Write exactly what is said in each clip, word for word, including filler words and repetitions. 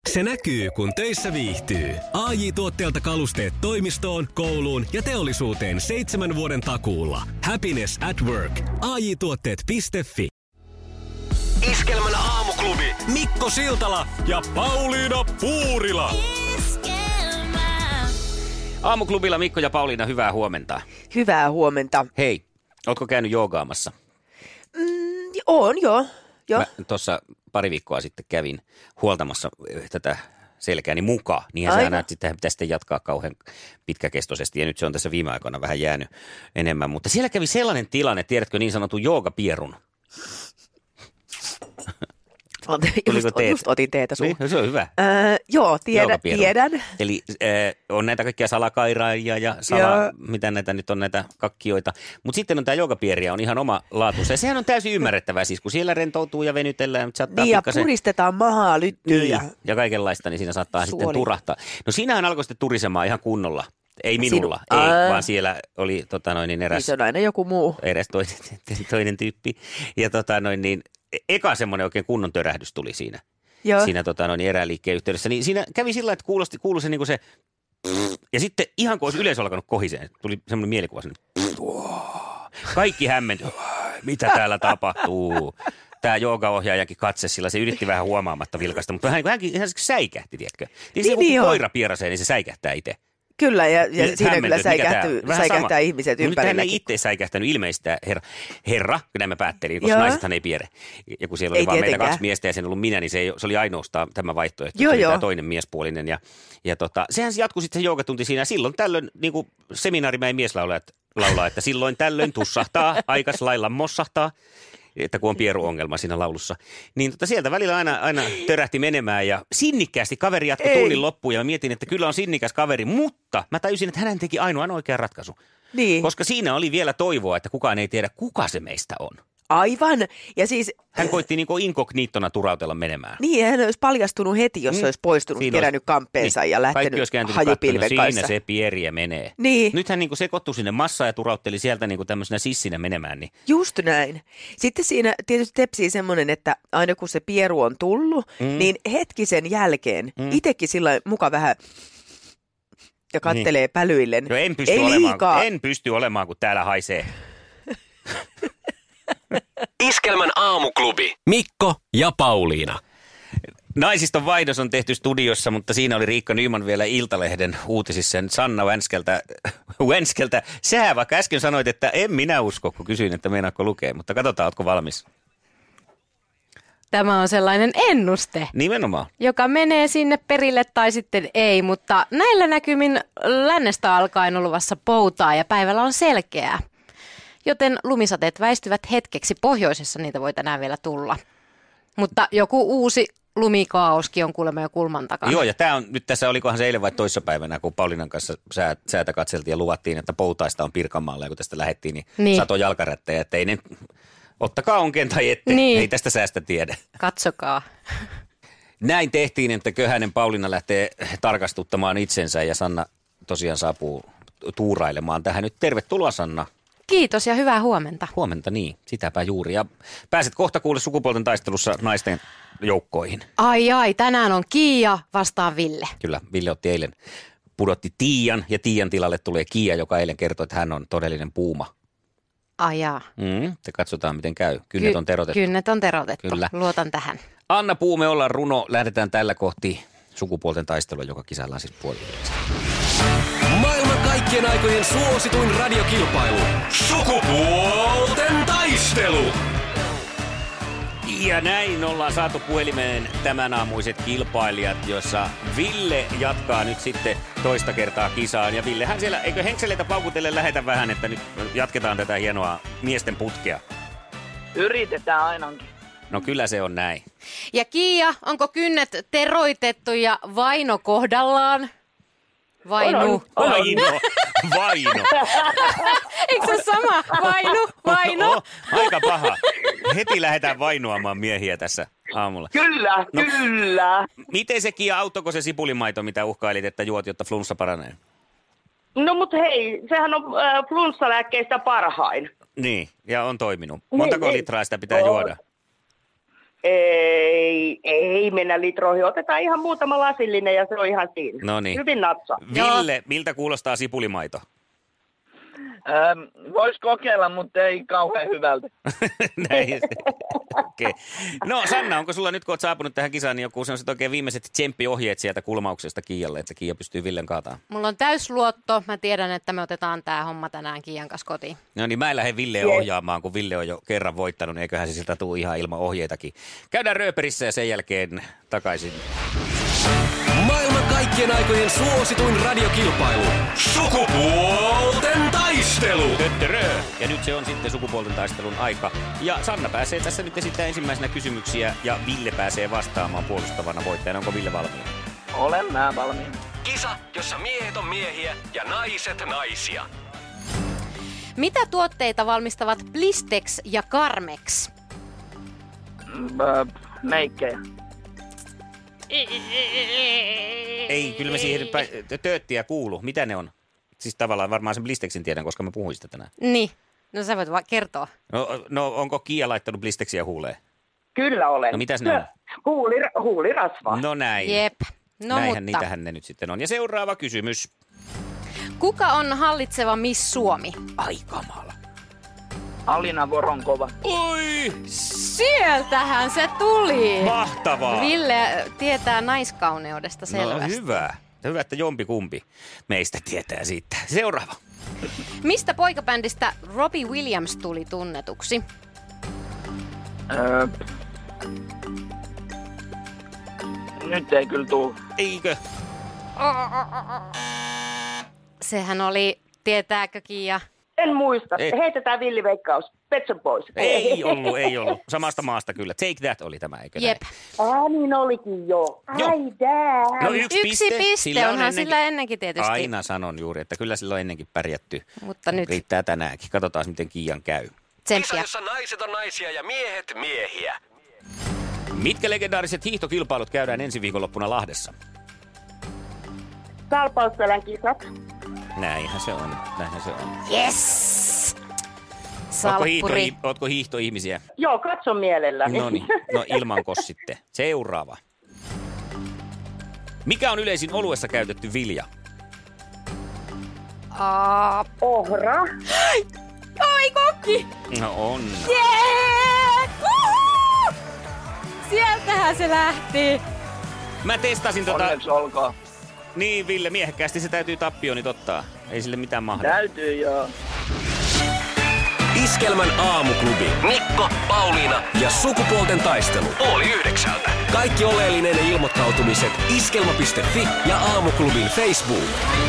Se näkyy, kun töissä viihtyy. A J-tuotteelta kalusteet toimistoon, kouluun ja teollisuuteen seitsemän vuoden takuulla. Happiness at work. A J tuotteet piste fi. Iskelmän aamuklubi. Mikko Siltala ja Pauliina Puurila. Iskelmä. Aamuklubilla Mikko ja Pauliina, hyvää huomenta. Hyvää huomenta. Hei, ootko käynyt joogaamassa? Mm, on, joo. Jo. Mä tuossa pari viikkoa sitten kävin huoltamassa tätä selkääni mukaan. Niinhän sä näet, että pitäisi sitten jatkaa kauhean pitkäkestoisesti. Ja nyt se on tässä viime aikoina vähän jäänyt enemmän. Mutta siellä kävi sellainen tilanne, tiedätkö niin sanotun joogapierun? Just, just otin teetä suun. Niin, se on hyvä. Öö, joo, tiedän. tiedän. Eli äh, on näitä kaikkia salakairaajia ja sala, mitä näitä nyt on näitä kakkioita. Mutta sitten on tämä joogapieriä, on ihan oma laatunsa. Ja sehän on täysin ymmärrettävää siis, kun siellä rentoutuu ja venytellään. Niin ja pikkasen puristetaan mahaa, lyttyä. Niin, ja, ja kaikenlaista, niin siinä saattaa Suoli. sitten turahtaa. No siinähän alkoi sitten turisemaan ihan kunnolla. Ei minulla, Sinu. ei, Aa. vaan siellä oli tota noin, niin eräs, niin se on aina joku muu. eräs toinen, toinen tyyppi. Ja tota noin, niin eka semmoinen oikein kunnon törähdys tuli siinä, Joo. siinä tota noin, erään liikkeen yhteydessä. Niin siinä kävi sillä, että kuulosti, kuului se niin kuin se, ja sitten ihan kun olisi yleisö alkanut kohiseen, tuli semmoinen mielikuva, kaikki hämmentyi, mitä täällä tapahtuu. Tämä joogaohjaajakin katse sillä, se yritti vähän huomaamatta vilkaista, mutta hän, hänkin ihan säikähti, tiedätkö? Niin, niin, niin kun koira pierasee, niin se säikähtää itse. Kyllä, ja, ja niin, siinä kyllä säikähtyy, säikähtää ihmiset ympärilläkin. Nyt hän ei itse säikähtänyt ilmeistä herra, herra, kun näin mä päättelin, koska Joo. naisethan ei piere. Ja kun siellä oli ei vaan tietenkään. meitä kaksi miestä ja sen ollut minä, niin se, ei, se oli ainoastaan tämä vaihtoehto, Joo, että oli tämä toinen miespuolinen. Ja, ja tota, sehän jatkui sitten se joogatunti siinä. Silloin tällöin, niin kuin seminaarimäen mieslaulajat laulaa, että silloin tällöin tussahtaa, aikas lailla mossahtaa. Että kun on pieruongelma siinä laulussa, niin tota sieltä välillä aina, aina törähti menemään ja sinnikkäästi kaveri jatkoi tunnin loppuun ja mä mietin, että kyllä on sinnikäs kaveri, mutta mä tajusin, että hän teki ainoan oikean ratkaisu. Niin. Koska siinä oli vielä toivoa, että kukaan ei tiedä, kuka se meistä on. Aivan. Ja siis hän koitti niin kuin inkogniittona turautella menemään. Niin, hän olisi paljastunut heti, jos mm. olisi poistunut, siinä kerännyt kamppeensa niin. ja lähtenyt hajupilven kanssa. Siinä se pieriä menee. Niin. Nyt hän niin kuin sekoittui sinne massaan ja turautteli sieltä niin kuin tämmöisenä sissinä menemään. Niin. Just näin. Sitten siinä tietysti tepsii semmoinen, että aina kun se pieru on tullut, mm. niin hetkisen jälkeen mm. itsekin sillä muka vähän ja kattelee niin. pälyillen. No en pysty, olemaan, en pysty olemaan, kun täällä haisee. Iskelmän aamuklubi. Mikko ja Pauliina. Naisiston vaihdos on tehty studiossa, mutta siinä oli Riikka Nyman vielä Iltalehden uutisissa. Ja nyt Sanna Vänskeltä, Vänskeltä, sä vaikka äsken sanoit, että en minä usko, kun kysyin, että meinaatko lukea. Mutta katsotaan, ootko valmis? Tämä on sellainen ennuste, Nimenomaan. joka menee sinne perille tai sitten ei, mutta näillä näkymin lännestä alkaen on luvassa poutaa ja päivällä on selkeää. Joten lumisateet väistyvät hetkeksi. Pohjoisessa niitä voi tänään vielä tulla. Mutta joku uusi lumikaaoskin on kuulemma jo kulman takana. Joo, ja tämä on nyt tässä, olikohan se eilen vai toissapäivänä, kun Paulinan kanssa sää, säätä katseltiin ja luvattiin, että poutaista on Pirkanmaalla, ja kun tästä lähdettiin, niin, niin. sato jalkarättejä, että ei ne, ottakaa onkeen tai ette, niin. ei tästä säästä tiedä. Katsokaa. Näin tehtiin, että Köhänen Pauliina lähtee tarkastuttamaan itsensä, ja Sanna tosiaan saapuu tuurailemaan tähän nyt. Tervetuloa, Sanna. Kiitos ja hyvää huomenta. Huomenta, niin. Sitäpä juuri. Ja pääset kohta kuulle sukupuolten taistelussa naisten joukkoihin. Ai ai, tänään on Kiia vastaan Ville. Kyllä, Ville otti eilen, pudotti Tiian ja Tiian tilalle tulee Kiia, joka eilen kertoi, että hän on todellinen puuma. Ai jaa. Mm, te katsotaan, miten käy. Kynnet Ky- on terotettu. Kynnet on terotettu. Kyllä. Luotan tähän. Anna Puume olla runo. Lähdetään tällä kohti sukupuolten taistelua, joka kisaillaan siis puolivälistä. Maailman kaikkien aikojen suosituin radiokilpailu. Sukupuolten taistelu. Ja näin ollaan saatu puhelimeen tämän aamuiset kilpailijat, joissa Ville jatkaa nyt sitten toista kertaa kisaan. Ja Villehän siellä, eikö henkseleitä paukutelle lähetä vähän, että nyt jatketaan tätä hienoa miesten putkea? Yritetään ainakin. No kyllä se on näin. Ja Kiia, onko kynnet teroitettu ja vaino kohdallaan? Vainu. Vaino. Vaino. Eikö se ole sama? Vainu, vaino. Oh, aika paha. Heti lähdetään vainoamaan miehiä tässä aamulla. Kyllä, no, kyllä. Miten se Kiia, auttoiko se sipulimaito, mitä uhkailit, että juot, jotta flunssa paranee? No mutta hei, sehän on äh, flunssalääkkeistä parhain. Niin, ja on toiminut. Montako niin, litraa sitä pitää niin. juoda? Ei, ei mennä litroihin. Otetaan ihan muutama lasillinen ja se on ihan siinä. No niin. Hyvin natsa. Ville, miltä kuulostaa sipulimaito? Ähm, Voisi kokeilla, mutta ei kauhean hyvältä. Näin. Okay. No Sanna, onko sulla nyt, kun olet saapunut tähän kisaan, niin joku sellaiset oikein viimeiset tsemppiohjeet sieltä kulmauksesta Kiialle, että Kiia pystyy Villen kaataan? Mulla on täysluotto. Mä tiedän, että me otetaan tää homma tänään Kiian kanssa kotiin. No niin, mä en lähde Villeä yes. ohjaamaan, kun Ville on jo kerran voittanut, niin eiköhän se siltä tule ihan ilman ohjeitakin. Käydään rööperissä ja sen jälkeen takaisin. Maailman kaikkien aikojen suosituin radiokilpailu. Sukupuolten taistelu. Töttörö. Ja nyt se on sitten sukupuolten taistelun aika. Ja Sanna pääsee tässä nyt esittämään ensimmäisenä kysymyksiä ja Ville pääsee vastaamaan puolustavana voittajana. Onko Ville valmiina? Olen mä valmiina. Kisa, jossa miehet on miehiä ja naiset naisia. Mitä tuotteita valmistavat Blistex ja Carmex? Äh, Meikkejä. Ei, kyllä me siihen pä- tööttiä kuulu. Mitä ne on? Siis tavallaan varmaan sen Blistexin tiedän, koska mä puhuin sitä tänään. Niin, no sä voit vaan kertoa. No, no onko Kiia laittanut Blistexia huuleen? Kyllä olen. No mitäs ne on? Huuli, huulirasva. No näin. Jep. No Näinhän mutta. niitähän ne nyt sitten on. Ja seuraava kysymys. Kuka on hallitseva Miss Suomi? Ai kamala. Alina Voronkova. Oi! Sieltähän se tuli! Mahtavaa! Ville tietää naiskauneudesta selvästi. No hyvä. Hyvä, että jompikumpi meistä tietää siitä. Seuraava. Mistä poikabändistä Robbie Williams tuli tunnetuksi? Öö, nyt ei kyllä tuu. Eikö? Sehän oli, tietääkö Kiia? En muista. Ei. Heitetään villiveikkaus. Pet Shop Boys. Ei ollut, ei ollut. Samasta maasta kyllä. Take That oli tämä, eikö Jep. näin? Ah, niin olikin jo. Ai Joo. damn. No yksi, Yksi piste. piste, Sillä on onhan ennenkin- sillä ennenkin tietysti. Aina sanon juuri, että kyllä sillä on ennenkin pärjätty. Mutta nyt Riittää tänäänkin. Katsotaan, miten Kiian käy. Kisa, tsemppiä. jossa naiset on naisia ja miehet miehiä. Mitkä legendaariset hiihtokilpailut käydään ensi viikonloppuna Lahdessa? Salpausselän kisat. Näinhän se on. Näinhän se on. Yes! Ootko, hiihto, Salppuri. ootko hiihtoihmisiä? Joo, katso mielelläni. No niin, no ilmankos sitten. Seuraava. Mikä on yleisin oluessa käytetty vilja? Aa, Ohra. Oi, kokki! No on. Jee! Uhu! Sieltähän se lähti. Mä testasin tota... Onneksi olkoon. Niin, Ville, miehekkäästi se täytyy tappionit ottaa. Ei sille mitään mahda. Täytyy joo. Iskelmän aamuklubi. Mikko, Pauliina ja sukupuolten taistelu. Oli yhdeksältä. Kaikki oleellinen ilmoittautumiset iskelma piste fi ja aamuklubin Facebook.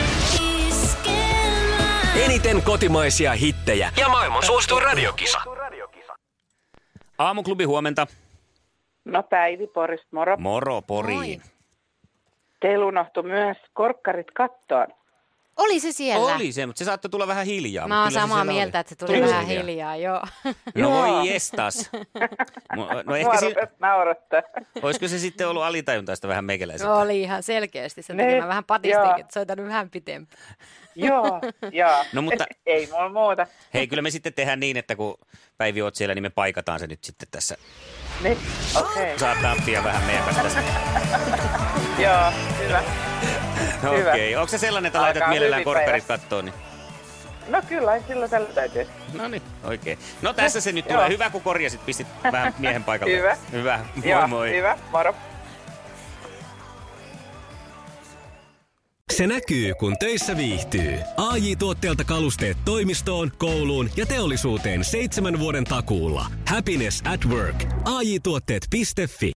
Eniten kotimaisia hittejä ja maailman suosituin radiokisa. Aamuklubi, huomenta. No Päivi Porista, moro. Moro Poriin. Moi. Teillä unohtui myös korkkarit kattoon. Oli se siellä. Oli se, mutta se saattoi tulla vähän hiljaa. Mä mutta oon kyllä se samaa siellä mieltä, oli. että se tuli vähän hiljaa? hiljaa, joo. No voi jestas. No, no ehkä Mua si- rupesi naurattaa. olisiko se sitten ollut alitajuntaista vähän meikäläiseltä? Oli ihan selkeästi. Sen takia Ne, mä vähän joo. patistinkin, että soitan vähän pitempään. Joo, joo. No mutta- Ei mulla muuta. Hei, kyllä me sitten tehdään niin, että kun Päivi oot siellä, niin me paikataan se nyt sitten tässä. Niin, okei. Okay. Saat nappia vähän meidän kanssa tästä. Joo, hyvä. Okei, Hyvä. okay. Onko se sellainen, että laitat Alkaa mielellään hyvin korkkarit päivä. kattoon? Niin... No kyllä, silloin tällä täytyy. No niin, oikein. No tässä se nyt Joo. tulee. Hyvä, kun korjasit, pistit vähän miehen paikalle. Hyvä. Hyvä, moi Joo, moi. hyvä, moro. Se näkyy, kun töissä viihtyy. A J-tuotteelta kalusteet toimistoon, kouluun ja teollisuuteen seitsemän vuoden takuulla. Happiness at work. A J tuotteet piste fi